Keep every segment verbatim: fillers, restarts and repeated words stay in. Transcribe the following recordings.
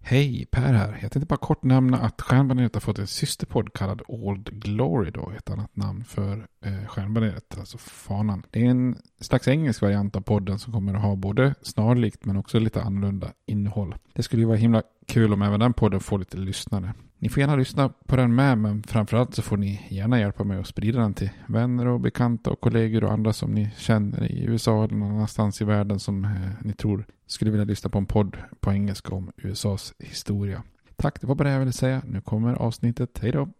Hej, Per här. Jag tänkte bara kort nämna att Stjärnbaneret har fått en systerpodd kallad Old Glory då, ett annat namn för eh, Stjärnbaneret, alltså fanan. Det är en slags engelsk variant av podden som kommer att ha både snarlikt men också lite annorlunda innehåll. Det skulle ju vara himla kul om även den podden får lite lyssnare. Ni får gärna lyssna på den med, men framförallt så får ni gärna hjälpa mig att sprida den till vänner och bekanta och kollegor och andra som ni känner i U S A eller någon annanstans i världen som eh, ni tror skulle vilja lyssna på en podd på engelska om U S A:s historia. Tack, det var bara det jag ville säga. Nu kommer avsnittet. Hej då!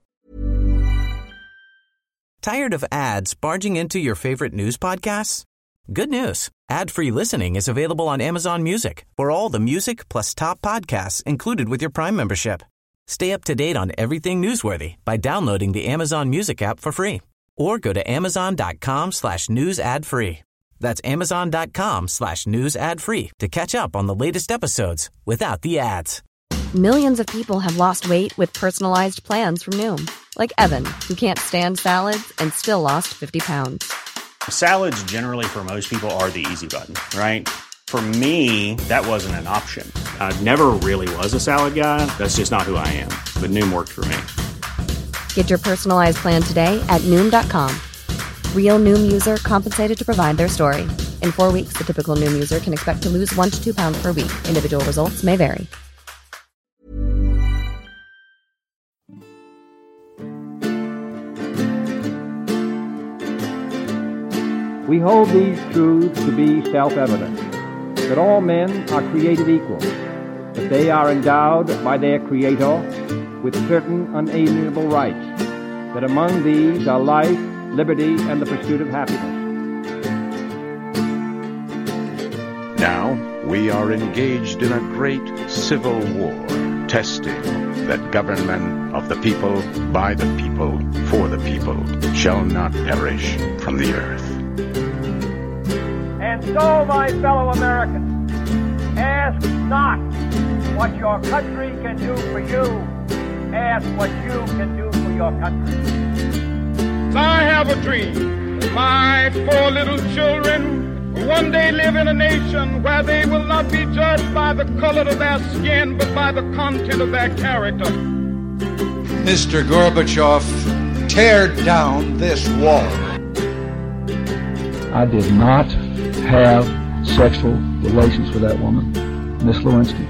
Tired of ads barging into your favorite news podcasts? Good news. Ad-free listening is available on Amazon Music for all the music plus top podcasts included with your Prime membership. Stay up to date on everything newsworthy by downloading the Amazon Music app for free or go to amazon.com slash news ad free. That's amazon.com slash news ad free to catch up on the latest episodes without the ads. Millions of people have lost weight with personalized plans from Noom. Like Evan, who can't stand salads and still lost fifty pounds. Salads generally for most people are the easy button, right? For me, that wasn't an option. I never really was a salad guy. That's just not who I am. But Noom worked for me. Get your personalized plan today at Noom dot com. Real Noom user compensated to provide their story. In four weeks, the typical Noom user can expect to lose one to two pounds per week. Individual results may vary. We hold these truths to be self-evident, that all men are created equal, that they are endowed by their Creator with certain unalienable rights, that among these are life, liberty, and the pursuit of happiness. Now we are engaged in a great civil war, testing that government of the people, by the people, for the people, shall not perish from the earth. And so, my fellow Americans, ask not what your country can do for you. Ask what you can do for your country. I have a dream that my four little children will one day live in a nation where they will not be judged by the color of their skin, but by the content of their character. Mister Gorbachev, tear down this wall. I did not have sexual relations with that woman, Miss Lewinsky.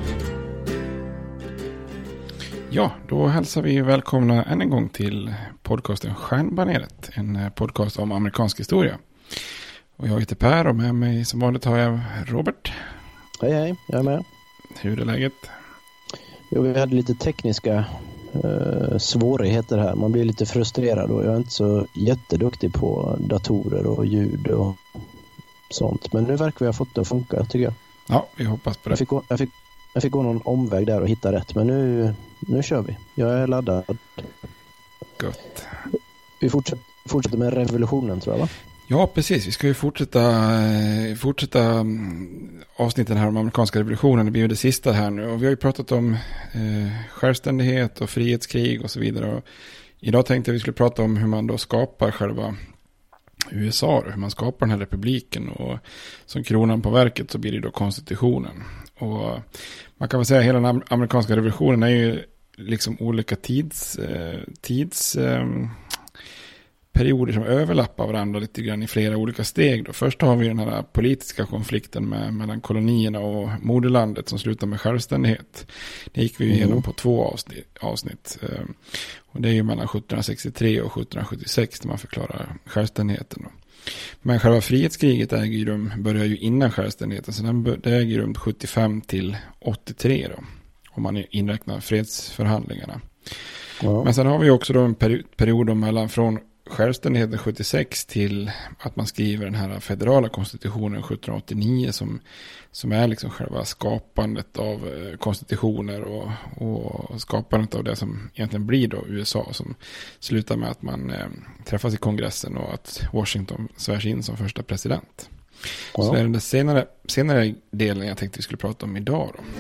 Ja, då hälsar vi välkomna än en gång till podcasten Stjärnbaneret, en podcast om amerikansk historia. Och jag heter Per och med mig som vanligt har jag Robert. Hej hej, jag är med. Hur är läget? Jo, vi hade lite tekniska eh, svårigheter här. Man blir lite frustrerad och jag är inte så jätteduktig på datorer och ljud och sånt. Men nu verkar vi ha fått det att funka, tycker jag. Ja, vi hoppas på det. Jag fick, gå, jag fick, jag fick gå någon omväg där och hitta rätt. Men nu, nu kör vi. Jag är laddad. Gott. Vi fortsätter, fortsätter med revolutionen, tror jag, va? Ja, precis. Vi ska ju fortsätta, fortsätta avsnitten här om amerikanska revolutionen. Det blir ju det sista här nu. Och vi har ju pratat om eh, självständighet och frihetskrig och så vidare. Och idag tänkte jag vi skulle prata om hur man då skapar själva U S A, hur man skapar den här republiken, och som kronan på verket så blir det då konstitutionen. Och man kan väl säga att hela den amerikanska revolutionen är ju liksom olika tids, eh, tids eh, perioder som överlappar varandra lite grann i flera olika steg då. Först har vi den här politiska konflikten med, mellan kolonierna och moderlandet som slutar med självständighet. Det gick vi ju igenom mm. på två avsnitt. avsnitt. Och det är ju mellan sjuttonhundrasextiotre och sjuttonhundrasjuttiosex när man förklarar självständigheten då. Men själva frihetskriget äger rum, börjar ju innan självständigheten, så den, det äger rum sjuttiofem till åttiotre då, om man inräknar fredsförhandlingarna. Ja. Men sen har vi också då en peri- period mellan från självständigheten sjuttiosex till att man skriver den här federala konstitutionen sjuttonhundraåttionio som, som är liksom själva skapandet av konstitutioner och, och skapandet av det som egentligen blir då U S A, som slutar med att man eh, träffas i kongressen och att Washington svärs in som första president. Ja. Så det är den senare, senare delen jag tänkte vi skulle prata om idag då.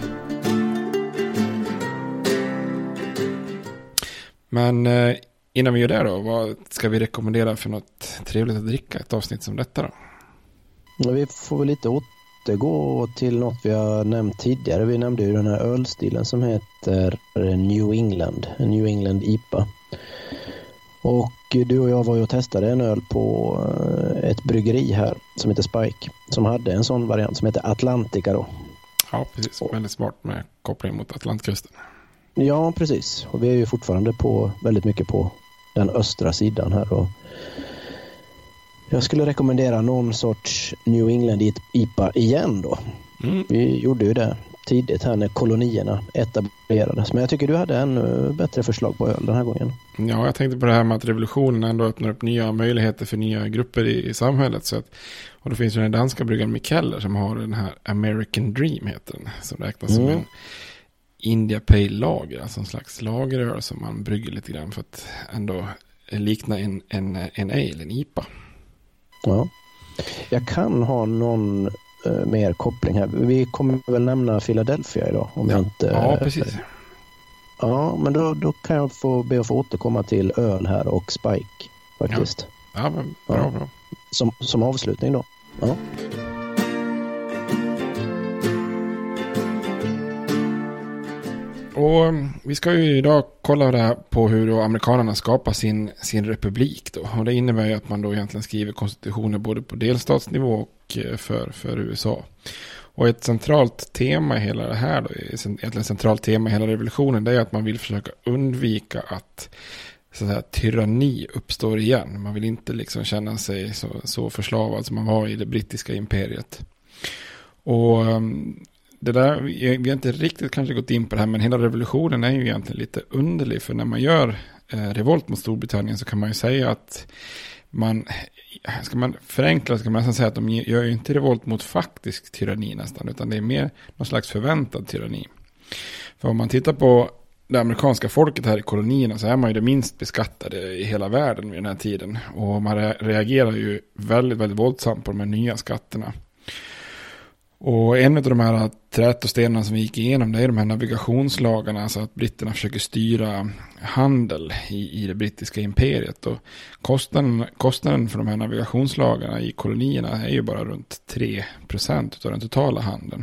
Men eh, innan vi gör det då, vad ska vi rekommendera för något trevligt att dricka ett avsnitt som detta då? Ja, vi får väl lite återgå till något vi har nämnt tidigare. Vi nämnde ju den här ölstilen som heter New England, New England I P A. Och du och jag var ju och testade en öl på ett bryggeri här som heter Spike, som hade en sån variant som heter Atlantica då. Ja, precis. Väldigt smart med koppling mot Atlantkusten. Ja, precis. Och vi är ju fortfarande på väldigt mycket på den östra sidan här. Och jag skulle rekommendera någon sorts New England I P A igen då. Mm. Vi gjorde ju det tidigt här när kolonierna etablerades. Men jag tycker du hade en bättre förslag på öl den här gången. Ja, jag tänkte på det här med att revolutionen ändå öppnar upp nya möjligheter för nya grupper i, i samhället. Så att, och då finns ju den danska bryggaren Mikkeller som har den här American Dream heter den. Som räknas mm. som en India Pale Lager. Alltså en slags lageröl som man brygger lite grann för att ändå likna en, en, en ale, en I P A. Ja, jag kan ha någon uh, mer koppling här. Vi kommer väl nämna Philadelphia idag. Om ja. Jag inte, ja, precis. Ja, men då, då kan jag få be att få återkomma till öl här och Spike faktiskt. Ja, ja men bra, ja. bra. Som, som avslutning då. Ja. Och vi ska ju idag kolla det här på hur då amerikanerna skapar sin, sin republik då. Och det innebär ju att man då egentligen skriver konstitutioner både på delstatsnivå och för, för U S A. Och ett centralt tema i hela det här då, egentligen centralt tema i hela revolutionen, det är att man vill försöka undvika att så att säga, tyranni uppstår igen. Man vill inte liksom känna sig så, så förslavad som man var i det brittiska imperiet. Och det där, vi har inte riktigt kanske gått in på det här, men hela revolutionen är ju egentligen lite underlig. För när man gör eh, revolt mot Storbritannien så kan man ju säga att man, ska man förenkla så kan man nästan säga att de gör ju inte revolt mot faktisk tyranni nästan, utan det är mer någon slags förväntad tyranni. För om man tittar på det amerikanska folket här i kolonierna så är man ju det minst beskattade i hela världen vid den här tiden. Och man re- reagerar ju väldigt, väldigt våldsamt på de här nya skatterna. Och en av de här trätostenarna som vi gick igenom, det är de här navigationslagarna, alltså att britterna försöker styra handel i, i det brittiska imperiet. Och kostnaden, kostnaden för de här navigationslagarna i kolonierna är ju bara runt tre procent av den totala handeln.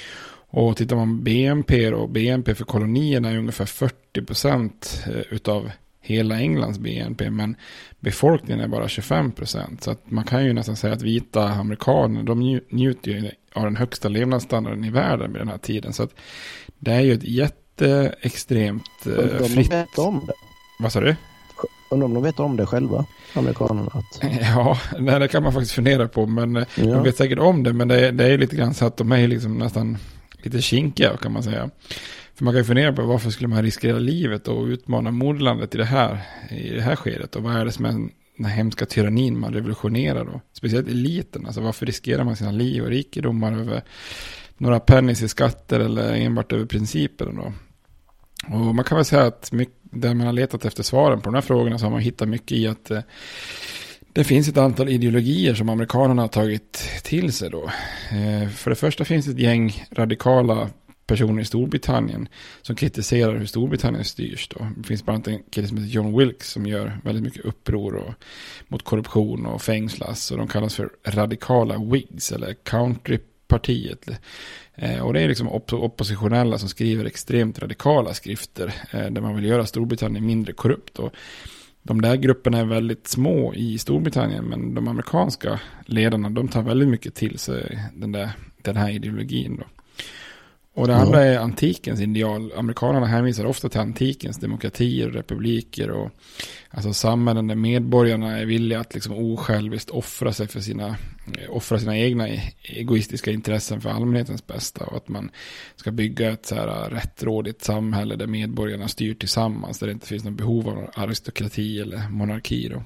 Och tittar man på B N P och B N P för kolonierna är ungefär fyrtio procent utav hela Englands B N P, men befolkningen är bara tjugofem procent. Så att man kan ju nästan säga att vita amerikaner, de njuter ju av den högsta levnadsstandarden i världen vid den här tiden. Så att det är ju ett jätteextremt eh, fritt... De vet om det. Vad sa du? Undrar om de vet om det själva, amerikanerna. Att... Ja, nej, det kan man faktiskt fundera på, men ja. De vet säkert om det, men det är, det är lite grann så att de är liksom nästan lite kinkiga kan man säga. För man kan ju fundera på varför skulle man riskera livet och utmana moderlandet i det här, i det här skedet. Och vad är det som är den här hemska tyrannin man revolutionerar då? Speciellt eliten. Alltså varför riskerar man sina liv och rikedomar över några pennis i skatter eller enbart över principer då? Och man kan väl säga att mycket, där man har letat efter svaren på de här frågorna så har man hittat mycket i att eh, det finns ett antal ideologier som amerikanerna har tagit till sig då. Eh, för det första finns ett gäng radikala personer i Storbritannien som kritiserar hur Storbritannien styrs då. Det finns bland annat en kille som heter John Wilkes som gör väldigt mycket uppror och, mot korruption och fängslas, och de kallas för radikala Whigs eller countrypartiet. Eh, och det är liksom opp- oppositionella som skriver extremt radikala skrifter eh, där man vill göra Storbritannien mindre korrupt. Och de där grupperna är väldigt små i Storbritannien, men de amerikanska ledarna, de tar väldigt mycket till sig den, där, den här ideologin då. Och det andra är antikens ideal. Amerikanerna hänvisar ofta till antikens demokratier och republiker och alltså samhällen där medborgarna är villiga att liksom osjälviskt offra sig för sina, offra sina egna egoistiska intressen för allmänhetens bästa, och att man ska bygga ett så här rättrådigt samhälle där medborgarna styr tillsammans, där det inte finns någon behov av aristokrati eller monarki då.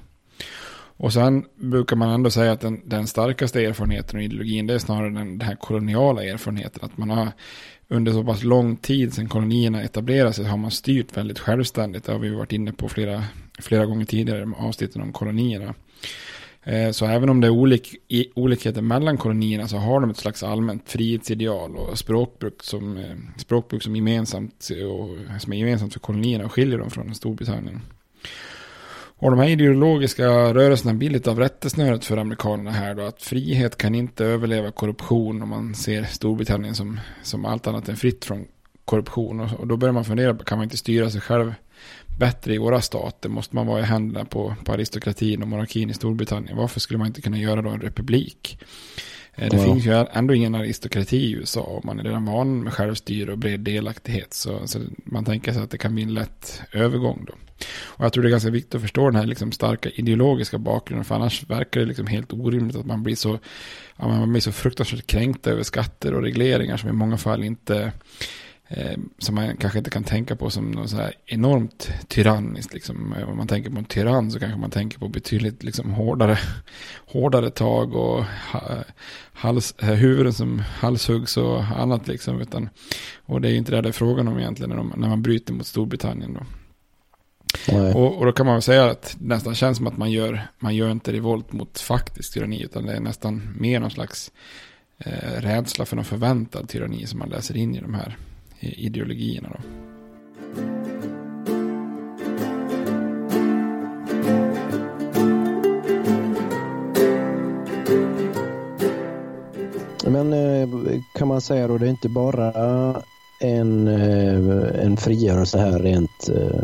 Och sen brukar man ändå säga att den, den starkaste erfarenheten och ideologin, det är snarare den, den här koloniala erfarenheten. Att man har under så pass lång tid sedan kolonierna etablerade sig har man styrt väldigt självständigt. Det har vi varit inne på flera, flera gånger tidigare i avsnitten om kolonierna. Eh, så även om det är olik, i, olikheter mellan kolonierna så har de ett slags allmänt frihetsideal och språkbruk som, eh, språkbruk som, gemensamt, och, som är gemensamt för kolonierna och skiljer dem från Storbritannien. Och de här ideologiska rörelserna blir lite av rättesnöret för amerikanerna här då, att frihet kan inte överleva korruption, om man ser Storbritannien som, som allt annat än fritt från korruption. Och, och då börjar man fundera på, kan man inte styra sig själv bättre i våra stater? Måste man vara i händerna på, på aristokratin och monarkin i Storbritannien? Varför skulle man inte kunna göra då en republik? Det ja. finns ju ändå ingen aristokrati i U S A, och man är redan van med självstyre och bred delaktighet, så, så man tänker sig att det kan bli en lätt övergång då. Och jag tror det är ganska viktigt att förstå den här liksom starka ideologiska bakgrunden, för annars verkar det liksom helt orimligt att man blir så, ja, man blir så fruktansvärt kränkt över skatter och regleringar som i många fall inte Eh, som man kanske inte kan tänka på som något så här enormt tyranniskt. Liksom. Om man tänker på en tyrann så kanske man tänker på betydligt liksom hårdare, hårdare tag och ha, hals, huvuden som halshuggs och annat. Liksom. Utan, och det är ju inte det det är frågan om egentligen när, de, när man bryter mot Storbritannien. Då. Och, och då kan man väl säga att det nästan känns som att man gör, man gör inte revolt mot faktisk tyranni, utan det är nästan mer någon slags eh, rädsla för någon förväntad tyranni som man läser in i de här ideologierna då. Men kan man säga då, det är inte bara en, en frigörelse här rent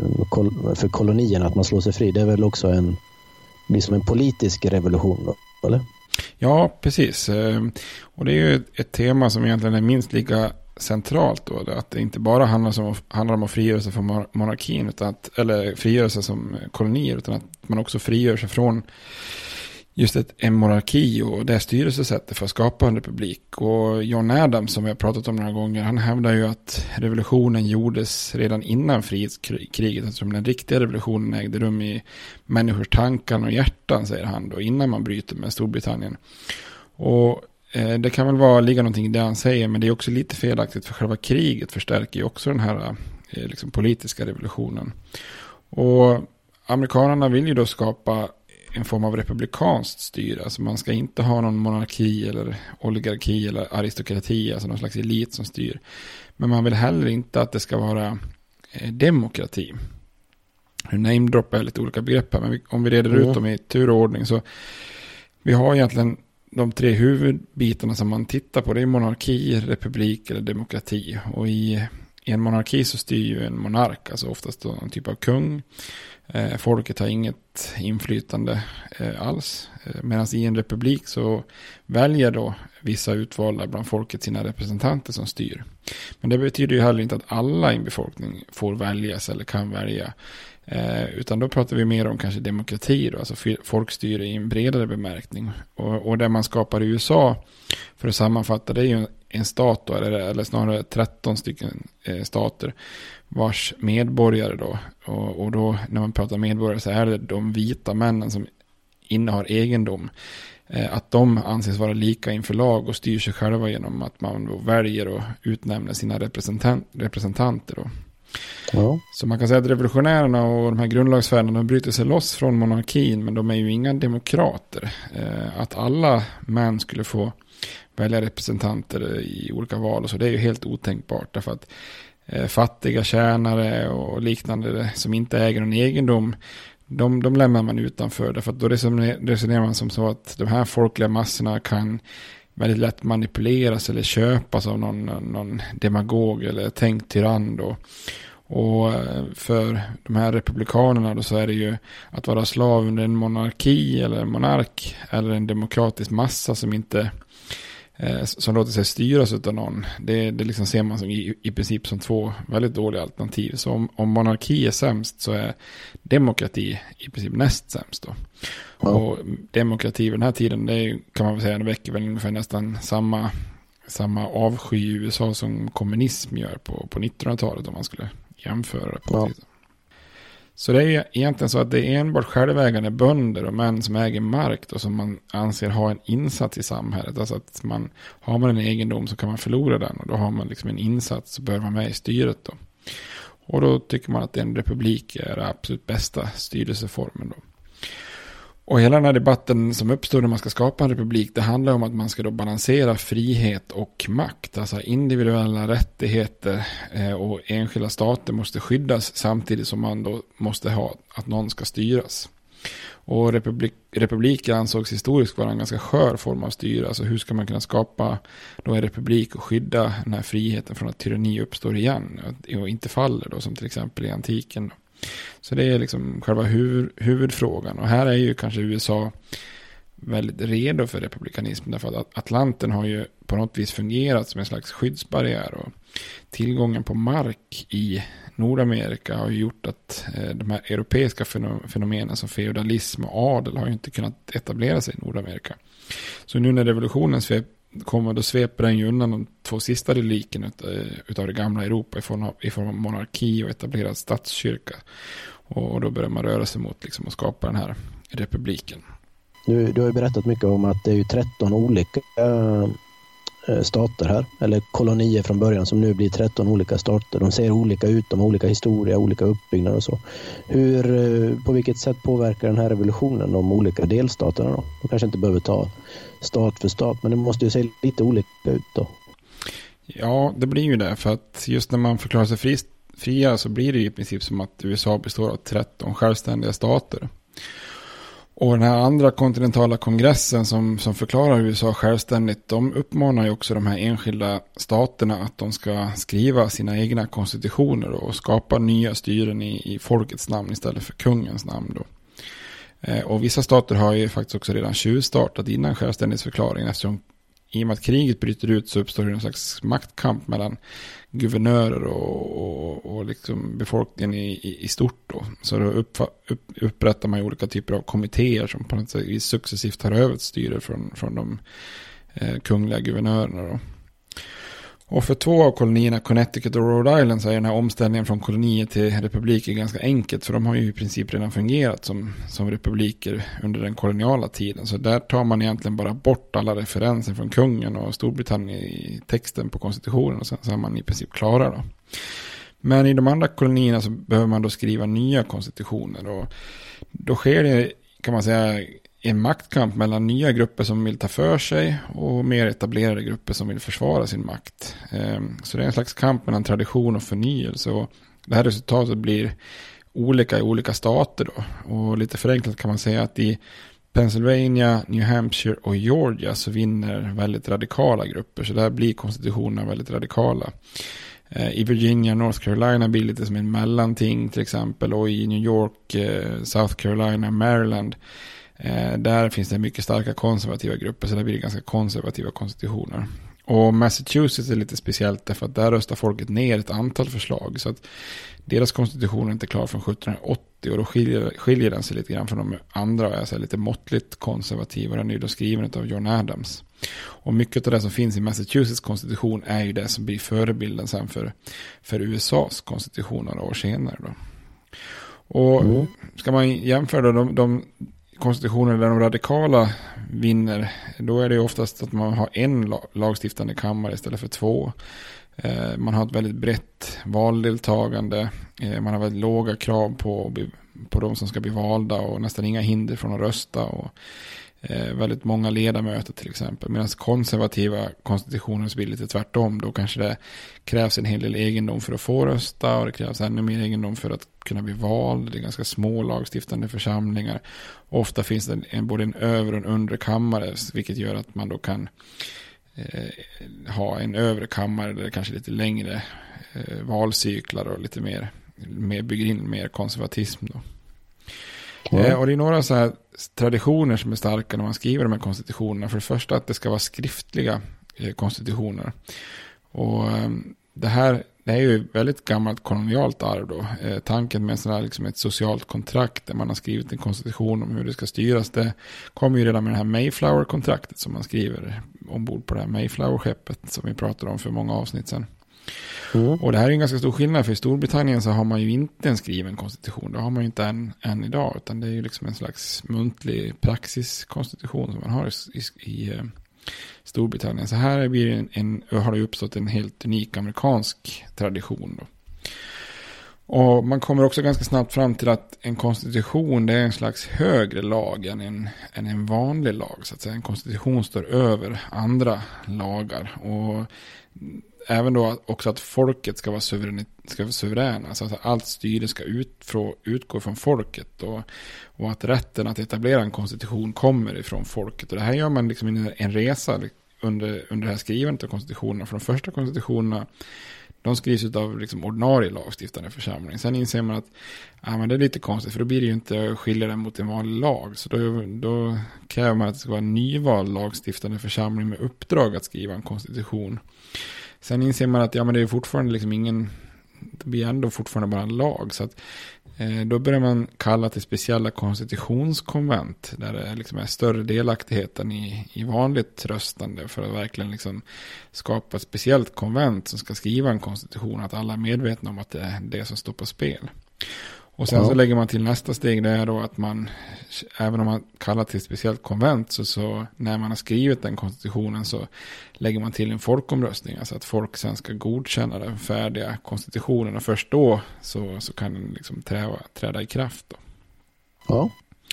för kolonierna att man slår sig fri, det är väl också en, liksom en politisk revolution då, eller? Ja, precis. Och det är ju ett tema som egentligen är minst lika centralt då, att det inte bara handlar om, handlar om att frigöra sig från monarkin, utan att, eller frigöra sig som kolonier, utan att man också frigör sig från just ett, en monarki och det styrelsesättet för att skapa en republik. Och John Adams, som vi har pratat om några gånger, han hävdar ju att revolutionen gjordes redan innan frihetskriget, eftersom den riktiga revolutionen ägde rum i människors tankar och hjärtan, säger han då, innan man bryter med Storbritannien. Och det kan väl vara ligga någonting i det han säger, men det är också lite felaktigt, för själva kriget förstärker ju också den här liksom, politiska revolutionen. Och amerikanerna vill ju då skapa en form av republikanskt styre. Alltså man ska inte ha någon monarki eller oligarki eller aristokrati, alltså någon slags elit som styr. Men man vill heller inte att det ska vara eh, demokrati. Nu namedroppar jag lite olika begrepp här, men vi, om vi reder mm. ut dem i tur och ordning, så vi har egentligen de tre huvudbitarna som man tittar på. Det är monarki, republik eller demokrati. Och i, i en monarki så styr ju en monark, alltså oftast en typ av kung. Eh, folket har inget inflytande eh, alls. Eh, Medan i en republik så väljer då vissa utvalda bland folket sina representanter som styr. Men det betyder ju heller inte att alla i en befolkning får väljas eller kan välja. Eh, utan då pratar vi mer om kanske demokrati då, alltså folkstyre i en bredare bemärkning. Och, och det man skapar i U S A, för att sammanfatta, det är ju en stat då, eller, eller snarare tretton stycken eh, stater vars medborgare då, och, och då när man pratar medborgare så är det de vita männen som innehar egendom, eh, att de anses vara lika inför lag och styr sig själva genom att man då väljer och utnämner sina representant, representanter då. Ja. Så man kan säga att revolutionärerna och de här grundlagsfäderna bryter sig loss från monarkin, men de är ju inga demokrater. Eh, att alla män skulle få välja representanter i olika val och så, det är ju helt otänkbart, därför att eh, fattiga tjänare och liknande som inte äger någon egendom, de, de lämnar man utanför, därför att då resonerar man som så att de här folkliga massorna kan väldigt lätt manipuleras eller köpas av någon, någon demagog eller tänkt tyrann då. Och för de här republikanerna då så är det ju att vara slav under en monarki eller en monark eller en demokratisk massa som inte eh, som låter sig styras av någon. Det, det liksom ser man som i, i princip som två väldigt dåliga alternativ. Så om, om monarki är sämst så är demokrati i princip näst sämst då. Ja. Och demokrati vid den här tiden, det är, kan man väl säga, det väcker väl ungefär nästan samma, samma avsky i U S A som kommunism gör på, på nittonhundratalet, om man skulle jämföra det på ja. Så det är ju egentligen så att det är enbart självägande bönder och män som äger mark då, som man anser ha en insats i samhället. Alltså att man, har man en egendom så kan man förlora den, och då har man liksom en insats, så bör man med i styret då. Och då tycker man att en republik är den absolut bästa styrelseformen då. Och hela den här debatten som uppstår när man ska skapa en republik, det handlar om att man ska då balansera frihet och makt. Alltså individuella rättigheter och enskilda stater måste skyddas samtidigt som man då måste ha att någon ska styras. Och republik, republiken ansågs historiskt vara en ganska skör form av styre. Alltså hur ska man kunna skapa då en republik och skydda den här friheten från att tyranni uppstår igen och inte faller då, som till exempel i antiken då. Så det är liksom själva huvud, huvudfrågan. Och här är ju kanske U S A väldigt redo för republikanism, därför att Atlanten har ju på något vis fungerat som en slags skyddsbarriär, och tillgången på mark i Nordamerika har ju gjort att eh, de här europeiska fenomenen som feudalism och adel har ju inte kunnat etablera sig i Nordamerika. Så nu när revolutionen svep, kommer, då sveper den ju undan de två sista relikerna utav det gamla Europa i form av, i form av monarki och etablerad statskyrka, och, och då börjar man röra sig mot liksom, att skapa den här republiken. Du, du har ju berättat mycket om att det är ju tretton olika äh, stater här, eller kolonier från början, som nu blir tretton olika stater. De ser olika ut, de har olika historia, olika uppbyggnad och så. Hur, på vilket sätt påverkar den här revolutionen de olika delstaterna då? De kanske inte behöver ta stat för stat, men det måste ju se lite olika ut då. Ja, det blir ju det, för att just när man förklarar sig fri, fria så blir det ju i princip som att U S A består av tretton självständiga stater. Och den här andra kontinentala kongressen som, som förklarar U S A självständigt, de uppmanar ju också de här enskilda staterna att de ska skriva sina egna konstitutioner och skapa nya styren i, i folkets namn istället för kungens namn då. Eh, och vissa stater har ju faktiskt också redan tjuvstartat innan självständighetsförklaringen, eftersom i och med att kriget bryter ut så uppstår det en slags maktkamp mellan guvernörer och, och, och liksom befolkningen i, i, i stort då. Så då upp, upp, upprättar man ju olika typer av kommittéer som på något sätt successivt tar över ett styre från, från de eh, kungliga guvernörerna då. Och för två av kolonierna, Connecticut och Rhode Island, så är den här omställningen från kolonier till republiker ganska enkelt, för de har ju i princip redan fungerat som, som republiker under den koloniala tiden. Så där tar man egentligen bara bort alla referenser från kungen och Storbritannien i texten på konstitutionen, och sen så är man i princip klara då. Men i de andra kolonierna så behöver man då skriva nya konstitutioner, och då sker det, kan man säga, en maktkamp mellan nya grupper som vill ta för sig och mer etablerade grupper som vill försvara sin makt. Så det är en slags kamp mellan tradition och förnyelse, och det här resultatet blir olika i olika stater då. Och lite förenklat kan man säga att i Pennsylvania, New Hampshire och Georgia så vinner väldigt radikala grupper, så där blir konstitutionerna väldigt radikala. I Virginia och North Carolina blir lite som en mellanting till exempel, och i New York, South Carolina, Maryland, Eh, där finns det mycket starka konservativa grupper, så där blir det ganska konservativa konstitutioner. Och Massachusetts är lite speciellt därför att där röstar folket ner ett antal förslag, så att deras konstitution är inte klar från sjuttonhundraåttio, och då skiljer, skiljer den sig lite grann från de andra och är så lite måttligt konservativa. Den är ju då skriven av John Adams. Och mycket av det som finns i Massachusetts konstitution är ju det som blir förebilden sen för, för U S A:s konstitution några år senare då. Och mm. ska man jämföra då de, de konstitutioner där de radikala vinner, då är det oftast att man har en lagstiftande kammare istället för två. Eh, man har ett väldigt brett valdeltagande. Eh, man har väldigt låga krav på, på de som ska bli valda, och nästan inga hinder från att rösta, och eh, väldigt många ledamöter till exempel. Medan konservativa konstitutioner så blir lite tvärtom. Då kanske det krävs en hel del egendom för att få rösta, och det krävs ännu mer egendom för att kunna bli vald. Det är ganska små lagstiftande församlingar. Ofta finns det en, både en övre och en undre kammare, vilket gör att man då kan eh, ha en övre kammare där det kanske är lite längre eh, valcyklar och lite mer, mer bygger in mer konservatism då. Mm. Eh, och det är några så här traditioner som är starka när man skriver de här konstitutionerna. För det första att det ska vara skriftliga eh, konstitutioner. Och eh, det här det är ju väldigt gammalt kolonialt arv då. Eh, tanken med sån här, liksom ett socialt kontrakt där man har skrivit en konstitution om hur det ska styras, det kommer ju redan med det här Mayflower-kontraktet som man skriver ombord på det här Mayflower-skeppet som vi pratade om för många avsnitt sedan. Mm. Och det här är en ganska stor skillnad, för i Storbritannien så har man ju inte en skriven konstitution. Det har man ju inte än, än idag, utan det är ju liksom en slags muntlig praxiskonstitution som man har i, i, i Storbritannien. Så här blir en, en, har det uppstått en helt unik amerikansk tradition då. Och man kommer också ganska snabbt fram till att en konstitution, det är en slags högre lag än en, än en vanlig lag. Så att säga. En konstitution står över andra lagar. Och även då också att folket ska vara, suverän, ska vara suveräna. Alltså att allt styre ska ut, utgå från folket. Och, och att rätten att etablera en konstitution kommer ifrån folket. Och det här gör man liksom en, en resa under, under det här skrivandet av konstitutionerna. För de första konstitutionerna, de skrivs av liksom ordinarie lagstiftande församling. Sen inser man att ja, men det är lite konstigt, för då blir det ju inte att skilja det mot en vanlig lag. Så då, då kräver man att det ska vara en nyvald lagstiftande församling med uppdrag att skriva en konstitution. Sen inser man att ja, men det är fortfarande liksom ingen, det blir ändå fortfarande bara en lag. Så att, eh, då börjar man kalla till speciella konstitutionskonvent, där det liksom är större delaktigheten i, i vanligt röstande, för att verkligen liksom skapa ett speciellt konvent som ska skriva en konstitution, att alla är medvetna om att det är det som står på spel. Och sen ja. så lägger man till nästa steg, det är då att man, även om man kallar till ett speciellt konvent, så, så när man har skrivit den konstitutionen så lägger man till en folkomröstning. Alltså att folk sen ska godkänna den färdiga konstitutionen, och först då så, så kan den liksom träda, träda i kraft då. Ja.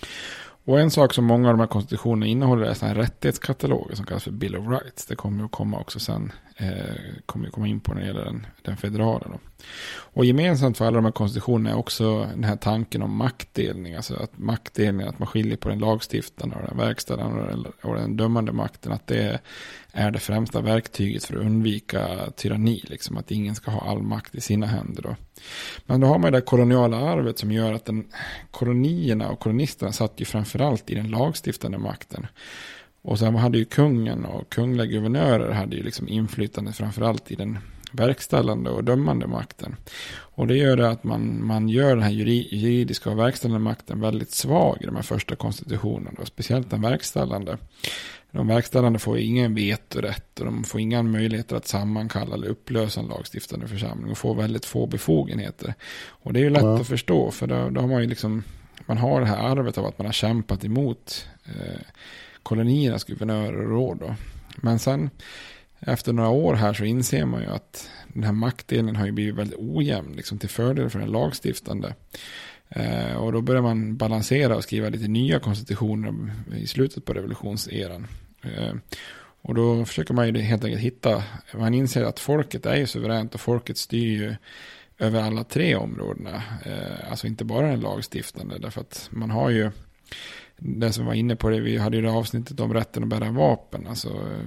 Och en sak som många av de här konstitutionerna innehåller är sådana här rättighetskataloger som kallas för Bill of Rights. Det kommer att komma också sen, eh, kommer att komma in på när det gäller den, den federala då. Och gemensamt för alla de här konstitutionerna är också den här tanken om maktdelning. Alltså att maktdelning, att man skiljer på den lagstiftande och den verkställande och den, och den dömande makten. Att det är det främsta verktyget för att undvika tyranni. Liksom, att ingen ska ha all makt i sina händer då. Men då har man det koloniala arvet som gör att den, kolonierna och kolonisterna satt ju framförallt i den lagstiftande makten. Och sen hade ju kungen och kungliga guvernörer hade ju liksom inflytande framförallt i den verkställande och dömande makten. Och det gör det att man, man gör den här juridiska och verkställande makten väldigt svag i de här första konstitutionerna. Och speciellt den verkställande. De verkställande får ingen vetorätt och de får inga möjligheter att sammankalla eller upplösa en lagstiftande församling och får väldigt få befogenheter. Och det är ju lätt ja. att förstå, för då, då har man ju liksom, man har det här arvet av att man har kämpat emot eh, koloniernas guvernörer och råd då. Men sen efter några år här så inser man ju att den här maktdelningen har ju blivit väldigt ojämn liksom till fördel för den lagstiftande. Eh, och då börjar man balansera och skriva lite nya konstitutioner i slutet på revolutionseran. Eh, och då försöker man ju helt enkelt hitta, man inser att folket är ju suveränt och folket styr ju över alla tre områdena. Eh, alltså inte bara den lagstiftande, därför att man har ju det som var inne på det, vi hade ju det avsnittet om rätten att bära vapen. Alltså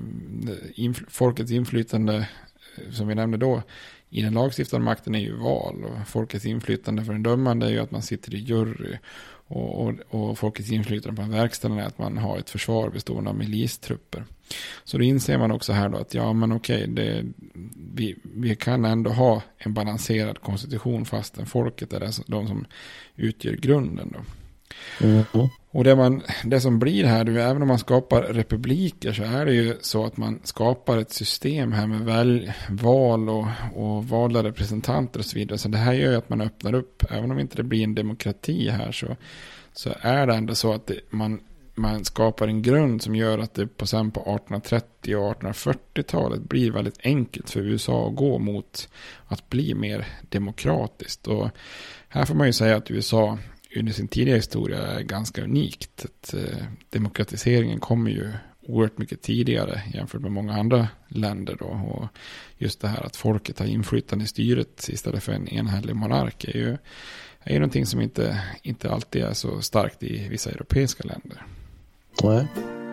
inf- folkets inflytande, som vi nämnde då, i den lagstiftande makten är ju val. Och folkets inflytande för den dömande är ju att man sitter i jury. Och, och, och folkets inflytande på en verkställande är att man har ett försvar bestående av milistrupper. Så då inser man också här då att ja men okej, det, vi, vi kan ändå ha en balanserad konstitution fastän folket är det, de som utgör grunden då. Mm. Och det, man, det som blir här, även om man skapar republiker, så är det ju så att man skapar ett system här med väl, val och, och valda representanter och så vidare. Så det här gör ju att man öppnar upp, även om inte det blir en demokrati här, så, så är det ändå så att det, man, man skapar en grund som gör att det på, sen på arton trettio och arton fyrtio-talet blir väldigt enkelt för U S A att gå mot att bli mer demokratiskt. Och här får man ju säga att U S A under sin tidiga historia är ganska unikt. Att, eh, demokratiseringen kommer ju oerhört mycket tidigare jämfört med många andra länder då. Och just det här att folket har inflytande i styret istället för en enhällig monark är ju, är ju någonting som inte, inte alltid är så starkt i vissa europeiska länder. Nej.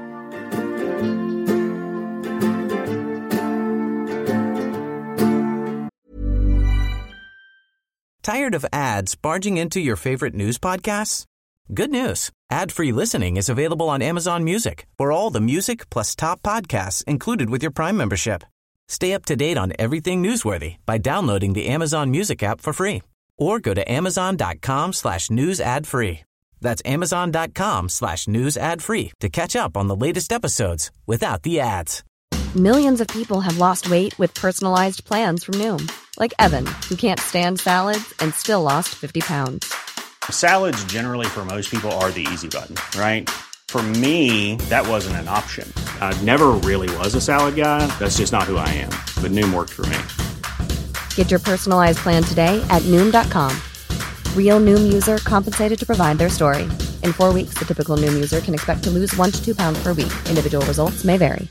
Tired of ads barging into your favorite news podcasts? Good news. Ad-free listening is available on Amazon Music for all the music plus top podcasts included with your Prime membership. Stay up to date on everything newsworthy by downloading the Amazon Music app for free or go to amazon.com slash news ad free. That's amazon.com slash news ad free to catch up on the latest episodes without the ads. Millions of people have lost weight with personalized plans from Noom. Like Evan, who can't stand salads and still lost fifty pounds. Salads generally for most people are the easy button, right? For me, that wasn't an option. I never really was a salad guy. That's just not who I am. But Noom worked for me. Get your personalized plan today at Noom dot com. Real Noom user compensated to provide their story. In four weeks, the typical Noom user can expect to lose one to two pounds per week. Individual results may vary.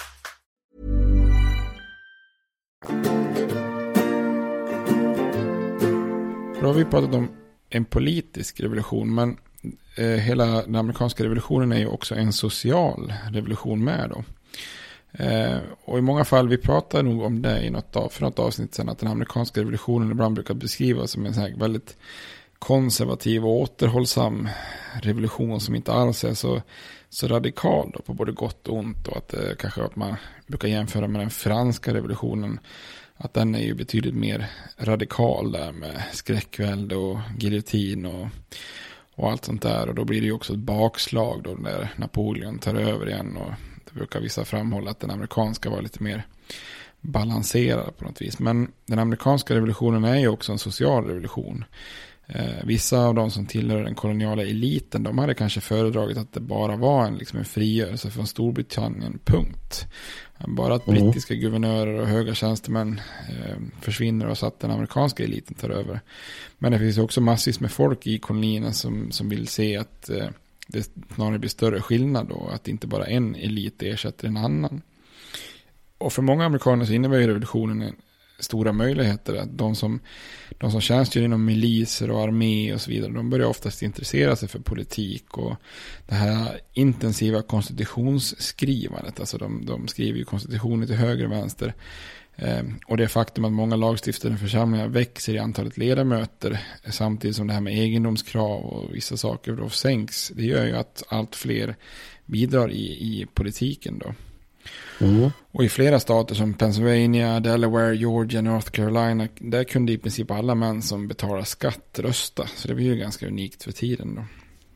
Då har vi pratat om en politisk revolution, men eh, hela den amerikanska revolutionen är ju också en social revolution med då. Eh, och i många fall, vi pratar nog om det i något av, för något avsnitt sedan, att den amerikanska revolutionen ibland brukar beskrivas som en så här väldigt konservativ och återhållsam revolution som inte alls är så, så radikal då, på både gott och ont, och att det kanske att man brukar jämföra med den franska revolutionen, att den är ju betydligt mer radikal där med skräckvälde och giljotin och, och allt sånt där, och då blir det ju också ett bakslag då när Napoleon tar över igen, och det brukar vissa framhålla att den amerikanska var lite mer balanserad på något vis. Men den amerikanska revolutionen är ju också en social revolution. Eh, vissa av de som tillhör den koloniala eliten, de hade kanske föredragit att det bara var en, liksom en frigörelse från Storbritannien, punkt. Bara att brittiska mm. guvernörer och höga tjänstemän eh, försvinner och så att den amerikanska eliten tar över. Men det finns också massvis med folk i kolonierna som, som vill se att eh, det snarare blir större skillnad då, att inte bara en elit ersätter en annan. Och för många amerikaner så innebär ju revolutionen stora möjligheter, att de som, de som tjänstgör inom miliser och armé och så vidare, de börjar oftast intressera sig för politik och det här intensiva konstitutionsskrivandet, alltså de, de skriver ju konstitutioner till höger och vänster, eh, och det faktum att många lagstiftande församlingar växer i antalet ledamöter samtidigt som det här med egendomskrav och vissa saker då sänks, det gör ju att allt fler bidrar i, i politiken då. Mm. Och i flera stater som Pennsylvania, Delaware, Georgia, North Carolina, där kunde i princip alla män som betalar skatt rösta. Så det blir ju ganska unikt för tiden då.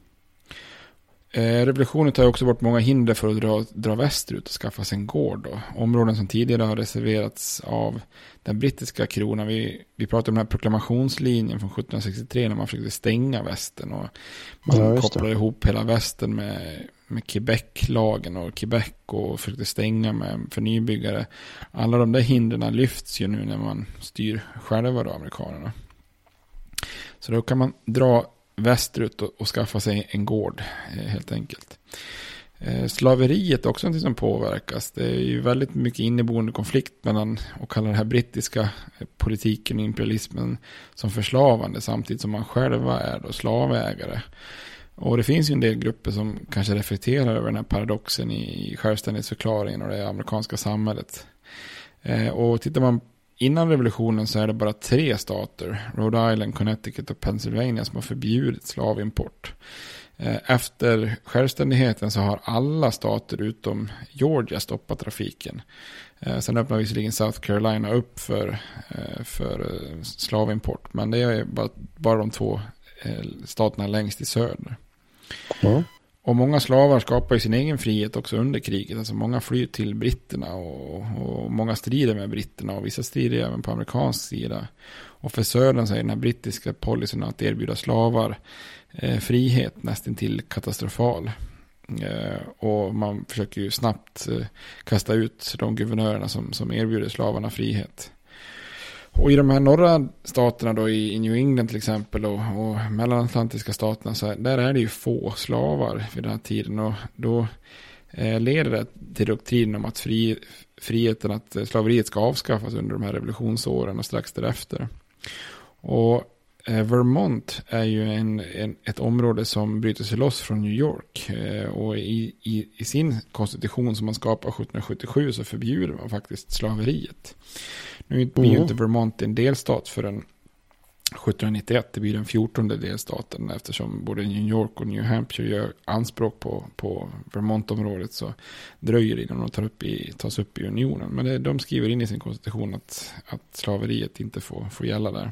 Eh, revolutionen tar också bort många hinder för att dra, dra västerut och skaffa sig en gård då. Områden som tidigare har reserverats av den brittiska kronan. Vi, vi pratar om den här proklamationslinjen från sjuttonhundrasextiotre när man försökte stänga västern och man ja, kopplade ihop hela västern med med Quebec-lagen och Quebec och försökte stänga med för nybyggare. Alla de där hindren lyfts ju nu när man styr själva då, amerikanerna. Så då kan man dra västerut och, och skaffa sig en gård eh, helt enkelt. Eh, slaveriet är också något som påverkas. Det är ju väldigt mycket inneboende konflikt mellan och kallar det här brittiska politiken och imperialismen som förslavande samtidigt som man själva är då slavägare. Och det finns ju en del grupper som kanske reflekterar över den här paradoxen i självständighetsförklaringen och det amerikanska samhället. Eh, och tittar man innan revolutionen så är det bara tre stater, Rhode Island, Connecticut och Pennsylvania, som har förbjudit slavimport. Eh, efter självständigheten så har alla stater utom Georgia stoppat trafiken. Eh, sen öppnar visserligen South Carolina upp för, eh, för slavimport, men det är bara, bara de två eh, staterna längst i söder. Mm. Och många slavar skapar ju sin egen frihet också under kriget. Alltså många flyr till britterna och, och många strider med britterna och vissa strider även på amerikansk sida. Och för södern så är den här brittiska policyn att erbjuda slavar eh, frihet nästan till katastrofal. Eh, och man försöker ju snabbt eh, kasta ut de guvernörerna som, som erbjuder slavarna frihet. Och i de här norra staterna då, i New England till exempel och, och mellanatlantiska staterna, så här, där är det ju få slavar vid den här tiden. Och då eh, leder det till doktrinen om att fri, friheten, att slaveriet ska avskaffas under de här revolutionsåren och strax därefter. Och eh, Vermont är ju en, en, ett område som bryter sig loss från New York. Eh, och i, i, i sin konstitution som man skapar sjuttonhundrasjuttiosju så förbjuder man faktiskt slaveriet. Nu blir ju inte Vermont en delstat förrän sjuttonhundranittioett. Det blir den fjortonde delstaten, eftersom både New York och New Hampshire gör anspråk på, på Vermont-området, så dröjer det innan de tar upp i, tas upp i unionen. Men det, de skriver in i sin konstitution att, att slaveriet inte får, får gälla där.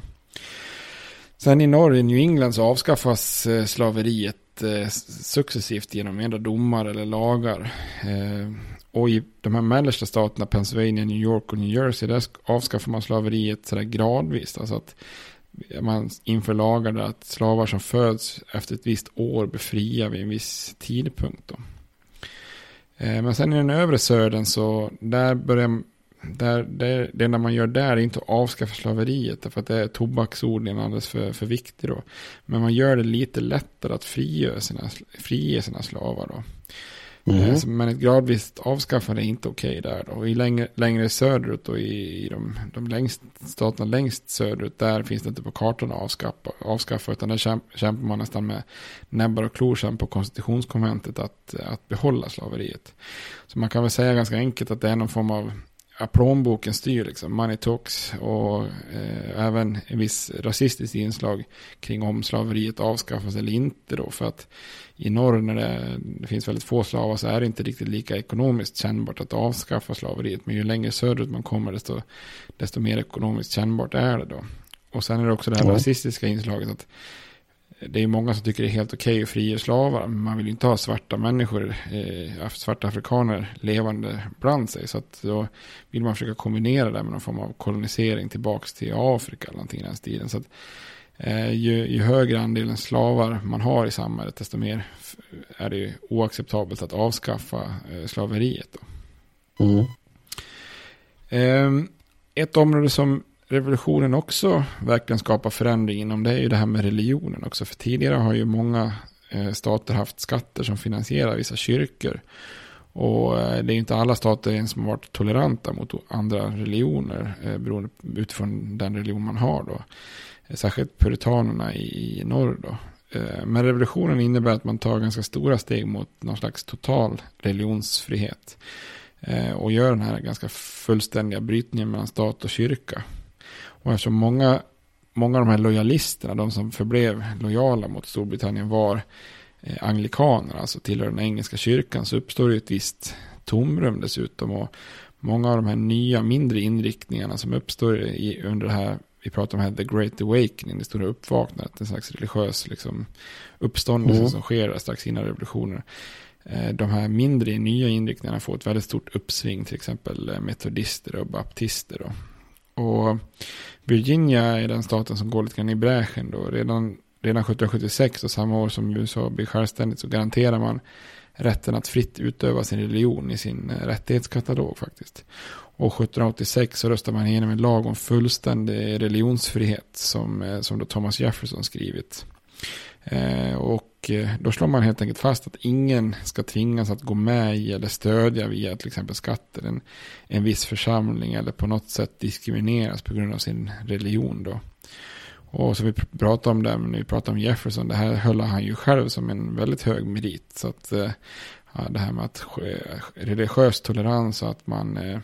Sen i norr, i New England, så avskaffas eh, slaveriet eh, successivt genom ändra domar eller lagar. Eh, och i de här mellersta staterna, Pennsylvania, New York och New Jersey, där avskaffar man slaveriet sådär gradvis. Alltså att man inför lagar där att slavar som föds efter ett visst år befriar vid en viss tidpunkt då. Eh, men sen i den övre södern så där börjar där, där, det enda man gör där är inte att avskaffa slaveriet, därför att det är tobaksodlingen alldeles för, för viktig då. Men man gör det lite lättare att frige sina, frige sina slavar då. Mm. Men ett gradvis avskaffande är inte okej där då. Och i längre, längre söderut och i, i de, de längst, staterna längst söderut, där finns det inte på kartan att avskaffa, avskaffa utan där kämp, kämpar man nästan med näbbar och klor sen på konstitutionskonventet att, att behålla slaveriet. Så man kan väl säga ganska enkelt att det är någon form av plånboken styr liksom, money talks, och eh, även en viss rasistisk inslag kring om slaveriet avskaffas eller inte då, för att i norr när det, det finns väldigt få slavar så är det inte riktigt lika ekonomiskt kännbart att avskaffa slaveriet, men ju längre söderut man kommer desto, desto mer ekonomiskt kännbart är det då. Och sen är det också det här mm. rasistiska inslaget att det är många som tycker det är helt okej att frige slavar, men man vill ju inte ha svarta människor, eh, svarta afrikaner levande bland sig, så att då vill man försöka kombinera det med någon form av kolonisering tillbaks till Afrika eller någonting i den stilen. Så att eh, ju, ju högre andelen slavar man har i samhället, desto mer är det ju oacceptabelt att avskaffa eh, slaveriet då. Mm. Eh, ett område som revolutionen också verkligen skapar förändring inom, det är ju det här med religionen också. För tidigare har ju många eh, stater haft skatter som finansierar vissa kyrkor. Och eh, det är ju inte alla stater ens som har varit toleranta mot andra religioner eh, beroende utifrån den religion man har då. Eh, särskilt puritanerna i, i norr då. Eh, men revolutionen innebär att man tar ganska stora steg mot någon slags total religionsfrihet. Eh, och gör den här ganska fullständiga brytningen mellan stat och kyrka. Och eftersom många, många av de här lojalisterna, de som förblev lojala mot Storbritannien, var eh, anglikaner, alltså tillhör den engelska kyrkan, så uppstår det ett visst tomrum dessutom. Och många av de här nya mindre inriktningarna som uppstår i, under det här, vi pratar om här The Great Awakening, det stora uppvaknandet, en slags religiös liksom, uppståndelse mm. som sker där strax innan revolutionen. De här mindre nya inriktningarna får ett väldigt stort uppsving, till exempel metodister och baptister då. Och Virginia är den staten som går lite grann i bräschen då. Redan, redan sjuttonhundrasjuttiosex och samma år som U S A blir självständigt så garanterar man rätten att fritt utöva sin religion i sin rättighetskatalog faktiskt. Och sjuttonhundraåttiosex så röstar man igenom en lag om fullständig religionsfrihet som, som då Thomas Jefferson skrivit. Eh, och då slår man helt enkelt fast att ingen ska tvingas att gå med i eller stödja via till exempel skatter en, en viss församling eller på något sätt diskrimineras på grund av sin religion då. Och så vi pratar om det, när vi pratar om Jefferson, det här höll han ju själv som en väldigt hög merit, så att ja, det här med att religiös tolerans och att man eh,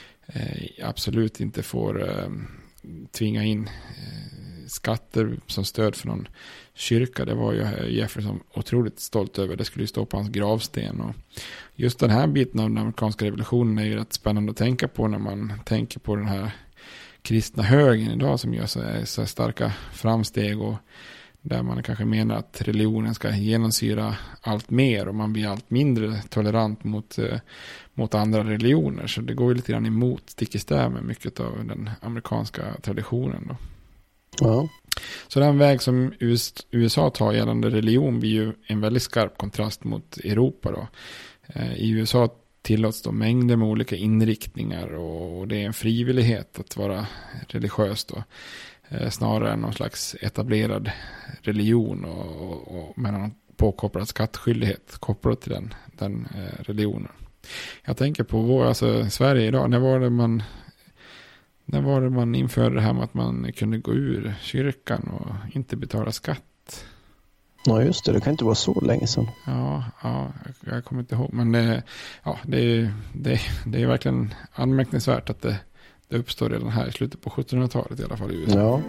absolut inte får eh, tvinga in eh, skatter som stöd för någon kyrka, det var ju Jefferson otroligt stolt över. Det skulle ju stå på hans gravsten. Och just den här biten av den amerikanska revolutionen är ju rätt spännande att tänka på när man tänker på den här kristna högen idag som gör så, så starka framsteg, och där man kanske menar att religionen ska genomsyra allt mer och man blir allt mindre tolerant mot, mot andra religioner. Så det går ju lite grann emot, stick i stäv med mycket av den amerikanska traditionen då. Ja. Så den väg som U S A tar gällande religion blir ju en väldigt skarp kontrast mot Europa då. I U S A tillåts då mängder med olika inriktningar och det är en frivillighet att vara religiös då. Snarare än någon slags etablerad religion och, och, och med någon påkopplad skattskyldighet kopplat till den, den religionen. Jag tänker på vår, alltså Sverige idag, när var det man När var det man införde det här med att man kunde gå ur kyrkan och inte betala skatt? Ja just det, det kan inte vara så länge sedan. Ja, ja jag, jag kommer inte ihåg. Men det, ja, det, är, det, det är verkligen anmärkningsvärt att det, det uppstår redan här i slutet på sjuttonhundratalet i alla fall i U S A. Ja.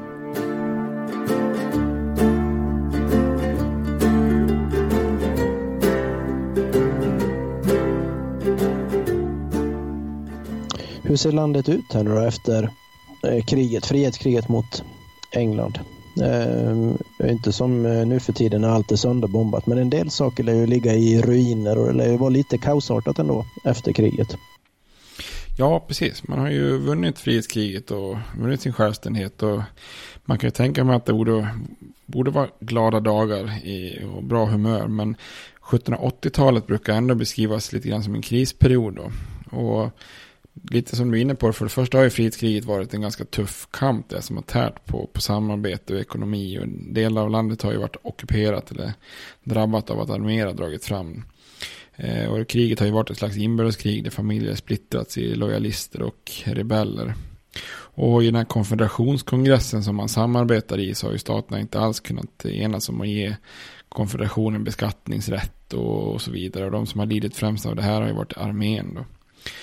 Hur ser landet ut här nu då efter eh, kriget, frihetskriget mot England? Eh, inte som eh, nu för tiden när allt är sönderbombat, men en del saker lär ju ligga i ruiner och det lär ju vara lite kaosartat ändå efter kriget. Ja, precis. Man har ju vunnit frihetskriget och vunnit sin självständighet, och man kan ju tänka mig att det borde, borde vara glada dagar i, och bra humör, men sjuttonhundraåttiotalet brukar ändå beskrivas lite grann som en krisperiod då. Och lite som du är inne på, för det första har ju frihetskriget varit en ganska tuff kamp där som har tärt på, på samarbete och ekonomi, och delar av landet har ju varit ockuperat eller drabbat av att arméer har dragit fram. Eh, och kriget har ju varit ett slags inbördeskrig där familjer splittrats i lojalister och rebeller. Och i den här konfederationskongressen som man samarbetar i så har ju staterna inte alls kunnat enas om att ge konfederationen beskattningsrätt och, och så vidare. Och de som har lidit främst av det här har ju varit armén då.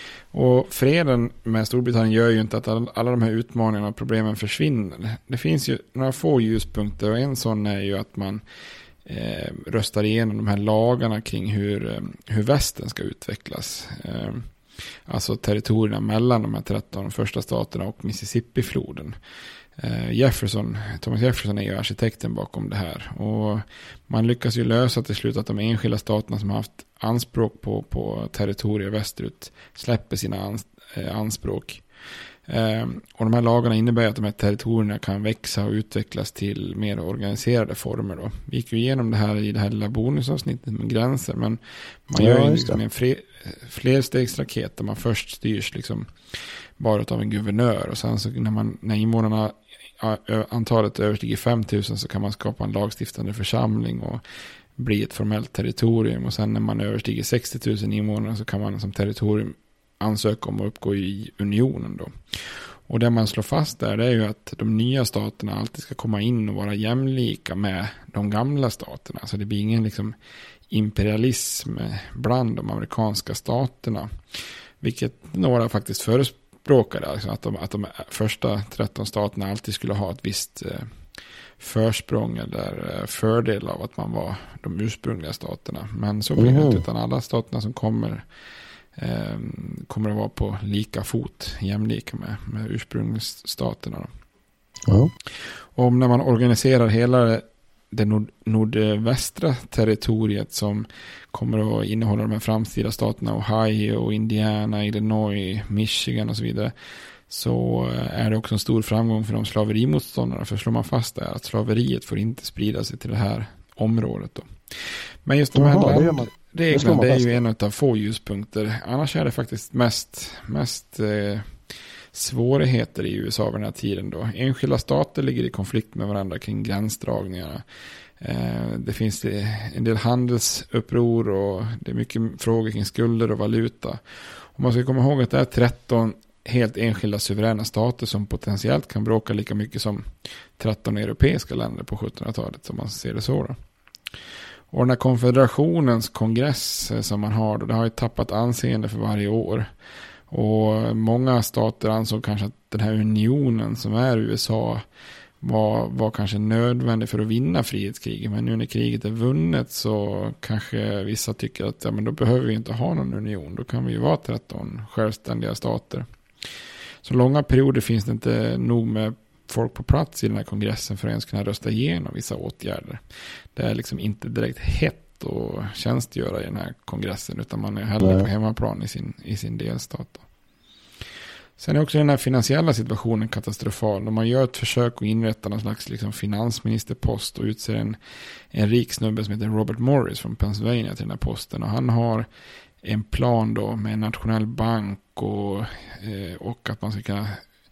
Och freden med Storbritannien gör ju inte att all, alla de här utmaningarna och problemen försvinner. Det finns ju några få ljuspunkter, och en sån är ju att man eh, röstar igenom de här lagarna kring hur, eh, hur västern ska utvecklas. Eh, alltså territorierna mellan de här tretton första staterna och Mississippi-floden. Eh, Jefferson, Thomas Jefferson är ju arkitekten bakom det här, och man lyckas ju lösa till slut att de enskilda staterna som har haft anspråk på, på territorier västerut släpper sina ans, eh, anspråk. Eh, och de här lagarna innebär att de här territorierna kan växa och utvecklas till mer organiserade former då. Vi gick ju igenom det här i det här lilla bonusavsnittet med gränser, men man ja, gör ju liksom en fler, flerstegsraket där man först styrs liksom bara av en guvernör, och sen så när, man, när invånarna antalet överstiger fem tusen så kan man skapa en lagstiftande församling och bli ett formellt territorium, och sen när man överstiger sextio tusen invånare så kan man som territorium ansöka om att uppgå i unionen då. Och det man slår fast där, det är ju att de nya staterna alltid ska komma in och vara jämlika med de gamla staterna. Så det blir ingen liksom imperialism bland de amerikanska staterna, vilket några faktiskt förespråkade, alltså att de, att de första tretton staterna alltid skulle ha ett visst eh, försprång eller fördel av att man var de ursprungliga staterna. Men så blir det inte, utan alla staterna som kommer eh, kommer att vara på lika fot, jämlika med, med ursprungsstaterna då. Ja. Och när man organiserar hela det nord- nordvästra territoriet som kommer att innehålla de här framtida staterna Ohio, Indiana, Illinois, Michigan och så vidare, så är det också en stor framgång för de slaverimotståndarna. För slår man fast det att slaveriet får inte sprida sig till det här området då. Men just de här Jaha, land- man, reglerna, det är ju en av få ljuspunkter. Annars är det faktiskt mest, mest eh, svårigheter i U S A vid den här tiden då. Enskilda stater ligger i konflikt med varandra kring gränsdragningarna. Eh, det finns en del handelsuppror och det är mycket frågor kring skulder och valuta. Och man ska komma ihåg att det är tretton helt enskilda suveräna stater som potentiellt kan bråka lika mycket som tretton europeiska länder på sjuttonhundratalet, som man ser det så då. Och den här konfederationens kongress som man har då, det har ju tappat anseende för varje år. Och många stater ansåg kanske att den här unionen som är U S A var, var kanske nödvändig för att vinna frihetskriget. Men nu när kriget är vunnet så kanske vissa tycker att ja, men då behöver vi inte ha någon union. Då kan vi ju vara tretton självständiga stater. Så långa perioder finns det inte nog med folk på plats i den här kongressen för att ens kunna rösta igenom vissa åtgärder. Det är liksom inte direkt hett att tjänstgöra i den här kongressen, utan man är hellre på hemmaplan i sin, i sin delstat då. Sen är också den här finansiella situationen katastrofal. Om man gör ett försök att inrätta någon slags liksom finansministerpost och utser en, en rik snubbe som heter Robert Morris från Pennsylvania till den här posten, och han har en plan då med en nationell bank och, eh, och att man ska kunna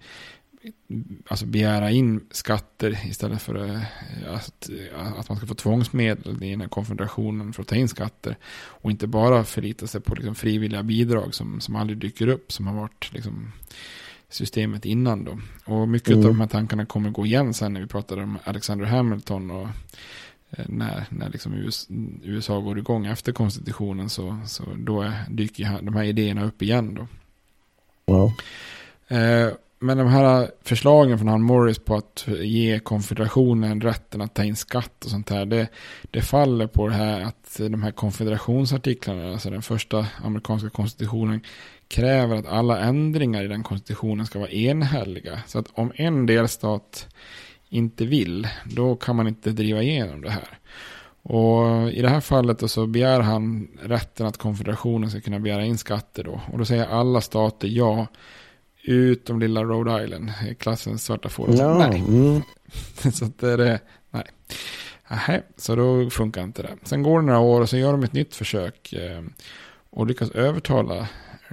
alltså begära in skatter istället för eh, att, att man ska få tvångsmedel i den här konfederationen för att ta in skatter, och inte bara förlita sig på liksom frivilliga bidrag som, som aldrig dyker upp, som har varit liksom systemet innan då. Och mycket mm. av de här tankarna kommer gå igen sen när vi pratar om Alexander Hamilton och eh, när, när liksom U S, U S A går igång efter konstitutionen, så, så då är, dyker de här idéerna upp igen då. Ja. Eh, Men de här förslagen från han Morris på att ge konfederationen rätten att ta in skatt och sånt här, det, det faller på det här att de här konfederationsartiklarna, alltså den första amerikanska konstitutionen, kräver att alla ändringar i den konstitutionen ska vara enhälliga. Så att om en delstat inte vill, då kan man inte driva igenom det här. Och i det här fallet så begär han rätten att konfederationen ska kunna begära in skatter då. Och då säger alla stater ja, utom lilla Rhode Island, klassens svarta får. No. Nej. Mm. Så att det är det. Nej. Aha, så då funkar inte det. Sen går det några år och så gör de ett nytt försök eh, och lyckas övertala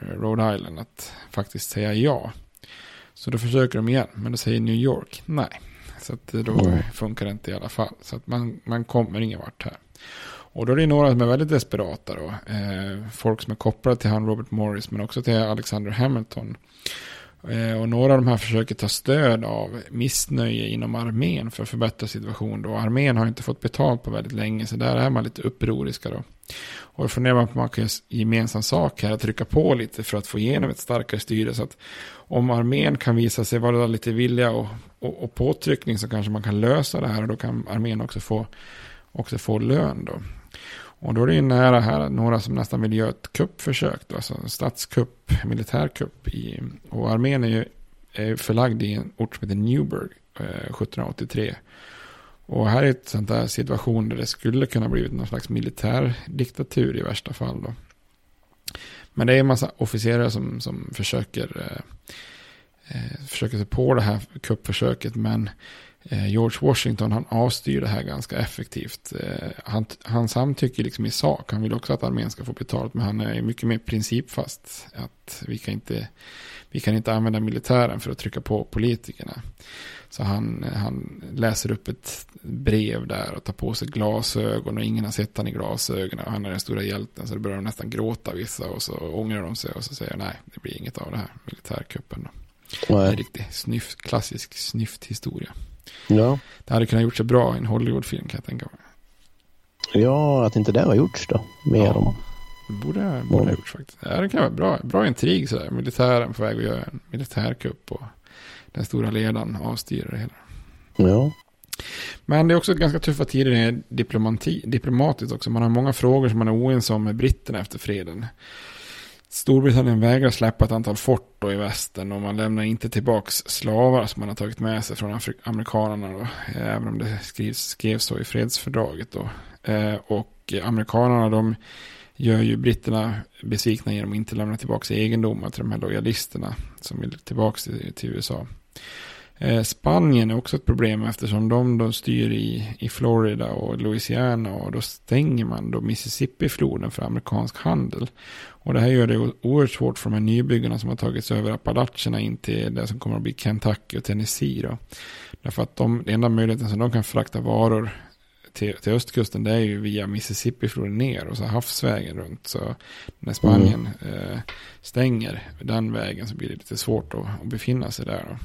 Rhode Island att faktiskt säga ja. Så då försöker de igen, men då säger New York nej. Så att då mm. funkar det inte i alla fall. Så att man, man kommer ingen vart här. Och då är det några som är väldigt desperata då. Eh, folk som är kopplade till han Robert Morris, men också till Alexander Hamilton. Eh, och några av de här försöker ta stöd av missnöje inom armén för att förbättra situationen. Då armén har inte fått betalt på väldigt länge, så där är man lite upproriska då. Och då funderar man på att man kan göra gemensam sak här, att trycka på lite för att få igenom ett starkare styre. Så att om armén kan visa sig vara lite vilja och, och, och påtryckning, så kanske man kan lösa det här, och då kan armén också få, också få lön då. Och då är det ju nära här några som nästan vill göra ett kuppförsök då, alltså en statskupp, militärkupp. I, och armén är ju är förlagd i en ort som heter Newburgh eh, sjuttonhundraåttiotre. Och här är ett sånt där situation där det skulle kunna bli någon slags militärdiktatur i värsta fall då. Men det är en massa officerare som, som försöker eh, försöker sig på det här kuppförsöket, men eh, George Washington, han avstyr det här ganska effektivt. Eh, han, han samtycker liksom i sak. Han vill också att armén ska få betalt, men han är mycket mer principfast. Att vi kan inte, vi kan inte använda militären för att trycka på politikerna. Så han, han läser upp ett brev där och tar på sig glasögon, och ingen har sett han i glasögonen. Han är den stora hjälten, så det börjar de nästan gråta vissa, och så ångrar de sig och så säger nej, det blir inget av det här militärkuppen. Det är en riktig snyft, klassisk snyfthistoria. Ja. Det hade kunnat gjort sig bra i en Hollywoodfilm, kan jag tänka mig. Ja, att inte det har gjorts då. Mer ja, om. Det borde, borde ha gjorts faktiskt. Ja, det kan vara bra, bra intrig sådär. Militären på väg att göra en militärkupp, och den stora ledaren avstyr det hela. Ja. Men det är också ganska tuffa tider i diplomati, diplomatiskt också. Man har många frågor som man är oense om med britterna efter freden. Storbritannien vägrar släppa ett antal fort då i västern, och man lämnar inte tillbaks slavar som man har tagit med sig från Afri- amerikanerna då, även om det skrivs, skrevs så i fredsfördraget då. Eh, och amerikanerna, de gör ju britterna besvikna genom att inte lämna tillbaka egendomar till de här lojalisterna som vill tillbaka till, till U S A. Eh, Spanien är också ett problem, eftersom de, de styr i, i Florida och Louisiana, och då stänger man då Mississippi-floden för amerikansk handel. Och det här gör det oerhört svårt för de här nybyggarna som har tagits över Appalacherna in till det som kommer att bli Kentucky och Tennessee då. Därför att de, den enda möjligheten som de kan frakta varor till, till östkusten, det är ju via Mississippi-floden ner och så havsvägen runt. Så när Spanien mm. eh, stänger den vägen, så blir det lite svårt att, att befinna sig där då.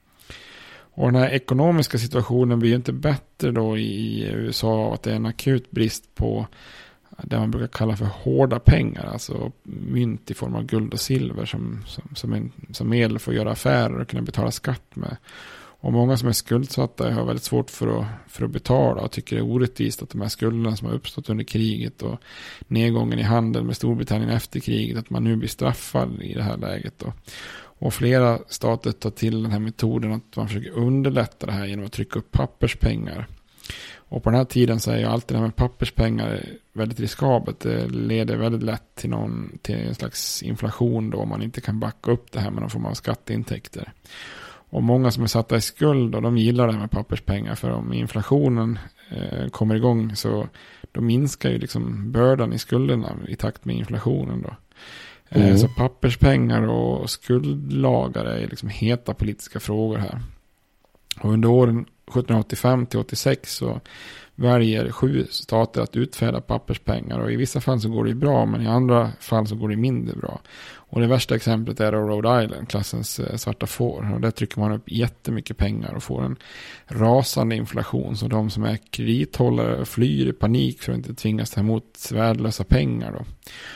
Och den här ekonomiska situationen blir ju inte bättre då i U S A, att det är en akut brist på det man brukar kalla för hårda pengar, alltså mynt i form av guld och silver som, som, som, en, som medel för att göra affärer och kunna betala skatt med. Och många som är skuldsatta har väldigt svårt för att, för att betala och tycker det är orättvist att de här skulderna som har uppstått under kriget och nedgången i handeln med Storbritannien efter kriget, att man nu blir straffad i det här läget då. Och flera stater tar till den här metoden att man försöker underlätta det här genom att trycka upp papperspengar. Och på den här tiden så är ju alltid det här med papperspengar väldigt riskabelt. Det leder väldigt lätt till, någon, till en slags inflation då, om man inte kan backa upp det här med någon form av skatteintäkter. Och många som är satta i skuld och de gillar det här med papperspengar, för om inflationen eh, kommer igång så då minskar ju liksom bördan i skulderna i takt med inflationen då. Mm. Så papperspengar och skuldlagar är liksom heta politiska frågor här. Och under åren sjuttonhundraåttiofem till åttiosex så väljer sju stater att utfärda papperspengar, och i vissa fall så går det bra, men i andra fall så går det mindre bra. Och det värsta exemplet är Rhode Island, klassens svarta får, och där trycker man upp jättemycket pengar och får en rasande inflation, så de som är kredithållare flyr i panik för att inte tvingas ta emot värdelösa pengar då.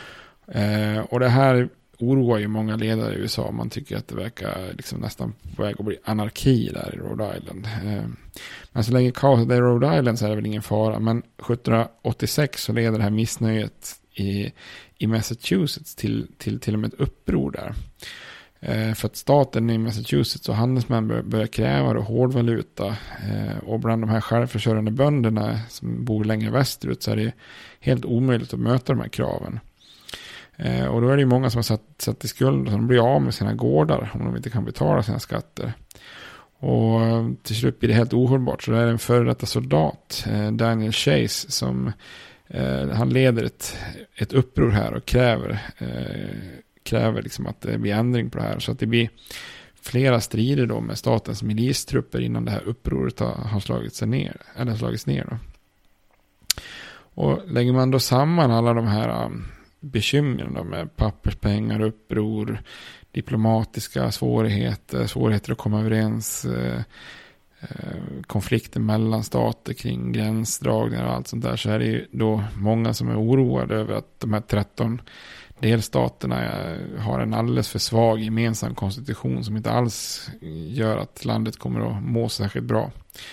Eh, och det här oroar ju många ledare i U S A. Man tycker att det verkar liksom nästan på väg att bli anarki där i Rhode Island. Eh, men så länge kaoset är i Rhode Island så är det väl ingen fara. Men sjuttonhundraåttiosex så leder det här missnöjet i, i Massachusetts till, till till och med ett uppror där. Eh, för att staten i Massachusetts och handelsmän bör, börjar kräva hårdvaluta. Eh, och bland de här självförsörjande bönderna som bor längre västerut så är det helt omöjligt att möta de här kraven. Eh, och då är det ju många som har satt, satt i skuld, så de blir av med sina gårdar om de inte kan betala sina skatter. Och till slut blir det helt ohållbart. Så det är en före detta soldat, eh, Daniel Chase, som eh, han leder ett, ett uppror här och kräver, eh, kräver liksom att det blir ändring på det här. Så att det blir flera strider då med statens milistrupper innan det här upproret har, har slagit sig ner, eller slagits ner då. Och lägger man då samman alla de här um, bekymren då med papperspengar, uppror, diplomatiska svårigheter, svårigheter att komma överens, eh, eh, konflikter mellan stater kring gränsdragningar och allt sånt där, så är det ju då många som är oroade över att de här tretton delstaterna har en alldeles för svag gemensam konstitution som inte alls gör att landet kommer att må särskilt bra.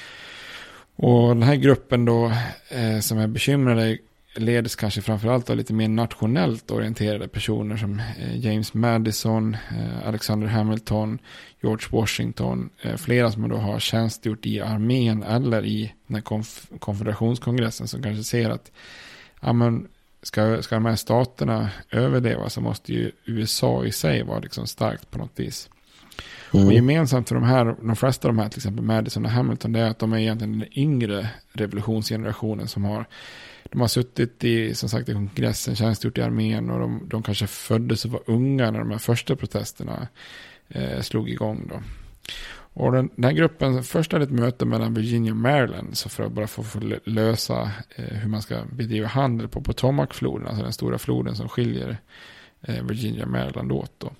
Och den här gruppen då eh, som är bekymrade leds kanske framförallt av lite mer nationellt orienterade personer som eh, James Madison, eh, Alexander Hamilton, George Washington, eh, flera som då har tjänstgjort i armén eller i den här konf- konfederationskongressen, som kanske ser att ja, men, ska, ska de här staterna överleva så måste ju U S A i sig vara liksom starkt på något vis. Mm. Och gemensamt för de här, de flesta av de här, till exempel Madison och Hamilton, det är att de är egentligen den yngre revolutionsgenerationen som har, de har suttit i, som sagt, i kongressen, tjänstgjort i armén, och de, de kanske föddes och var unga när de här första protesterna eh, slog igång då. Och den, den här gruppen först hade ett möte mellan Virginia och Maryland, så för att bara få, få lösa eh, hur man ska bedriva handel på Potomac-floden, alltså den stora floden som skiljer eh, Virginia och Maryland åt då.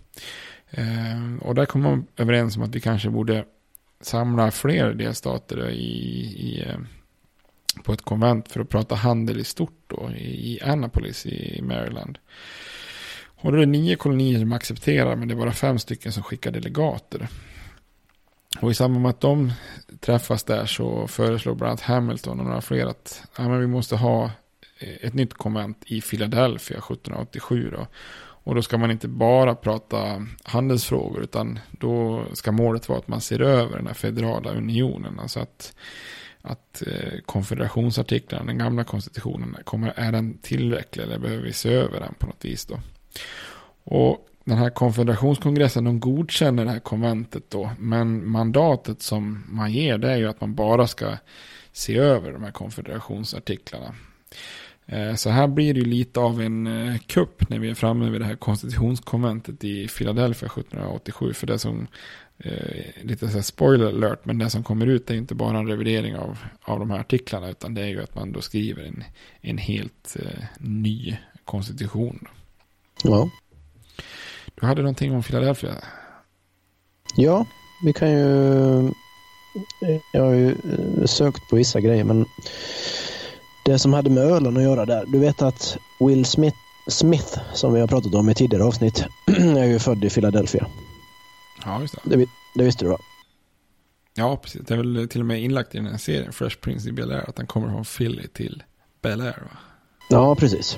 Eh, och där kom man överens om att vi kanske borde samla fler delstater i, i, eh, på ett konvent för att prata handel i stort då, i, i Annapolis i Maryland. Och då är det nio kolonier som accepterar, men det är bara fem stycken som skickar delegater. Och i samband med att de träffas där så föreslår bland annat Hamilton och några fler att ja, men vi måste ha ett nytt konvent i Philadelphia sjuttonhundraåttiosju då. Och då ska man inte bara prata handelsfrågor, utan då ska målet vara att man ser över den här federala unionen. Alltså att, att eh, konfederationsartiklarna, den gamla konstitutionen, kommer, är den tillräcklig eller behöver vi se över den på något vis då. Och den här konfederationskongressen, de godkänner det här konventet då, men mandatet som man ger, det är ju att man bara ska se över de här konfederationsartiklarna. Så här blir det ju lite av en kupp när vi är framme vid det här konstitutionskonventet i Philadelphia sjuttonhundraåttiosju, för det som, eh, lite så här spoiler alert, men det som kommer ut är inte bara en revidering av, av de här artiklarna, utan det är ju att man då skriver en, en helt eh, ny konstitution. Ja. Du hade någonting om Philadelphia? Ja, vi kan ju, jag har ju sökt på vissa grejer, men det som hade med ölen att göra där. Du vet att Will Smith, Smith som vi har pratat om i tidigare avsnitt, är ju född i Philadelphia. Ja, just det. Det, det visste du va? Ja, precis. Det är väl till och med inlagt i den här serien Fresh Prince i Bel-Air att han kommer från Philly till Bel-Air, va? Ja, precis.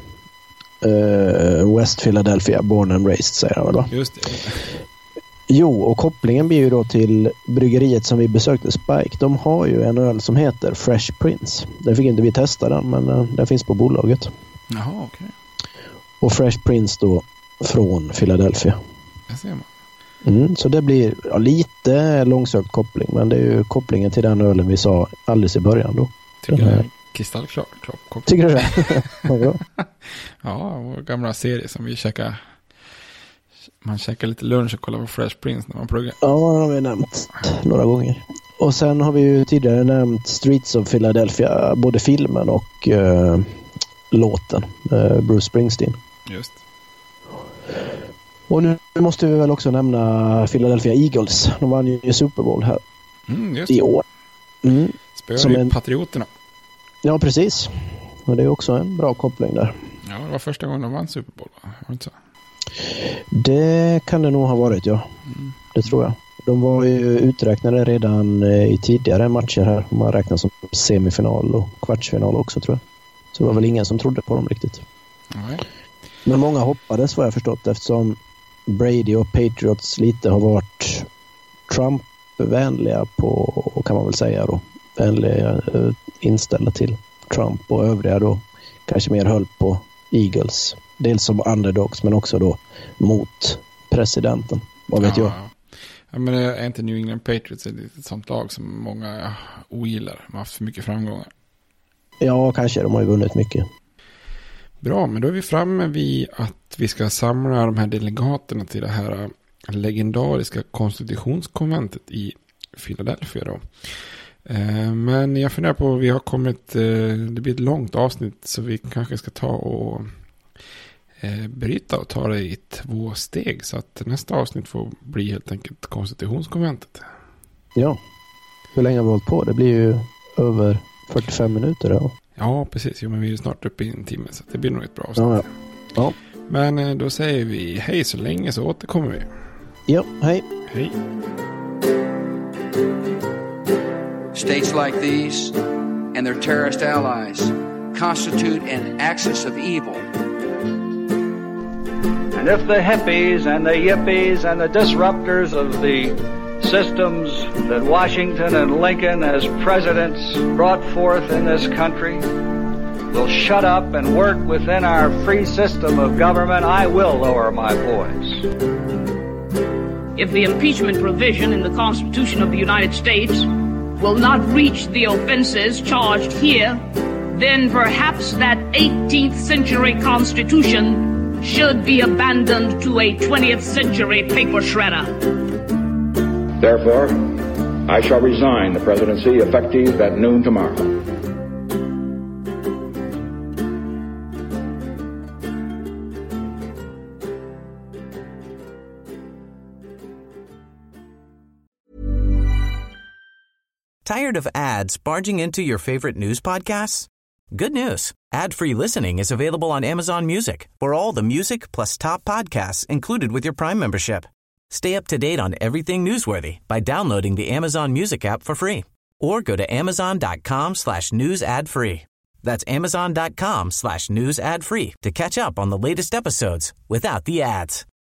Uh, West Philadelphia, born and raised, säger han väl va? Just det. Jo, och kopplingen blir ju då till bryggeriet som vi besökte, Spike. De har ju en öl som heter Fresh Prince. Den fick inte vi testa den, men uh, den finns på bolaget. Jaha, okej. Okay. Och Fresh Prince då från Philadelphia. Det ser man. Mm, så det blir ja, lite långsökt koppling, men det är ju kopplingen till den ölen vi sa alldeles i början då. Tycker jag är kristallklart. Tycker du det? Ja, bra. Ja, vår gamla serie som vi käkar. Man käkar lite lunch och kollar på Fresh Prince när man pluggar. Ja, det har vi nämnt några gånger. Och sen har vi ju tidigare nämnt Streets of Philadelphia, både filmen och uh, låten, uh, Bruce Springsteen. Just. Och nu måste vi väl också nämna Philadelphia Eagles. De vann ju Super Bowl här mm, just. i år. Mm. Spöar ju en... Patrioterna. Ja, precis. Och det är också en bra koppling där. Ja, det var första gången de vann Super Bowl, va? Var det inte så? Det kan det nog ha varit, ja. Mm. Det tror jag. De var ju uträknade redan i tidigare matcher här. Man räknar som semifinal och kvartsfinal också, tror jag. Så det var väl ingen som trodde på dem riktigt. Nej. Men många hoppades, vad jag förstått, eftersom Brady och Patriots lite har varit Trump-vänliga på, kan man väl säga då. Vänliga inställda till Trump, och övriga då kanske mer höll på Eagles. Dels som underdogs, men också då mot presidenten. Vad vet ja, jag? Ja, men är inte New England Patriots ett sånt lag som många ogillar? De har haft för mycket framgångar. Ja, kanske. De har ju vunnit mycket. Bra, men då är vi framme vid att vi ska samla de här delegaterna till det här legendariska konstitutionskonventet i Philadelphia då. Men jag funderar på, vi har kommit, det blir ett långt avsnitt så vi kanske ska ta och bryta och ta det i två steg. Så att nästa avsnitt får bli helt enkelt konstitutionskonventet. Ja, hur länge har vi hållit på? Det blir ju över fyrtiofem minuter då. Ja, precis. Jo, men vi är snart uppe i en timme så det blir nog ett bra avsnitt. Ja, ja. Men då säger vi hej så länge så återkommer vi. Ja, hej. Hej. States like these and their terrorist allies constitute an axis of evil. And if the hippies and the yippies and the disruptors of the systems that Washington and Lincoln as presidents brought forth in this country will shut up and work within our free system of government, I will lower my voice. If the impeachment provision in the Constitution of the United States will not reach the offenses charged here, then perhaps that eighteenth century Constitution should be abandoned to a twentieth century paper shredder. Therefore, I shall resign the presidency effective at noon tomorrow. Tired of ads barging into your favorite news podcasts? Good news. Ad-free listening is available on Amazon Music for all the music plus top podcasts included with your Prime membership. Stay up to date on everything newsworthy by downloading the Amazon Music app for free or go to amazon.com slash news ad free. That's amazon.com slash news ad free to catch up on the latest episodes without the ads.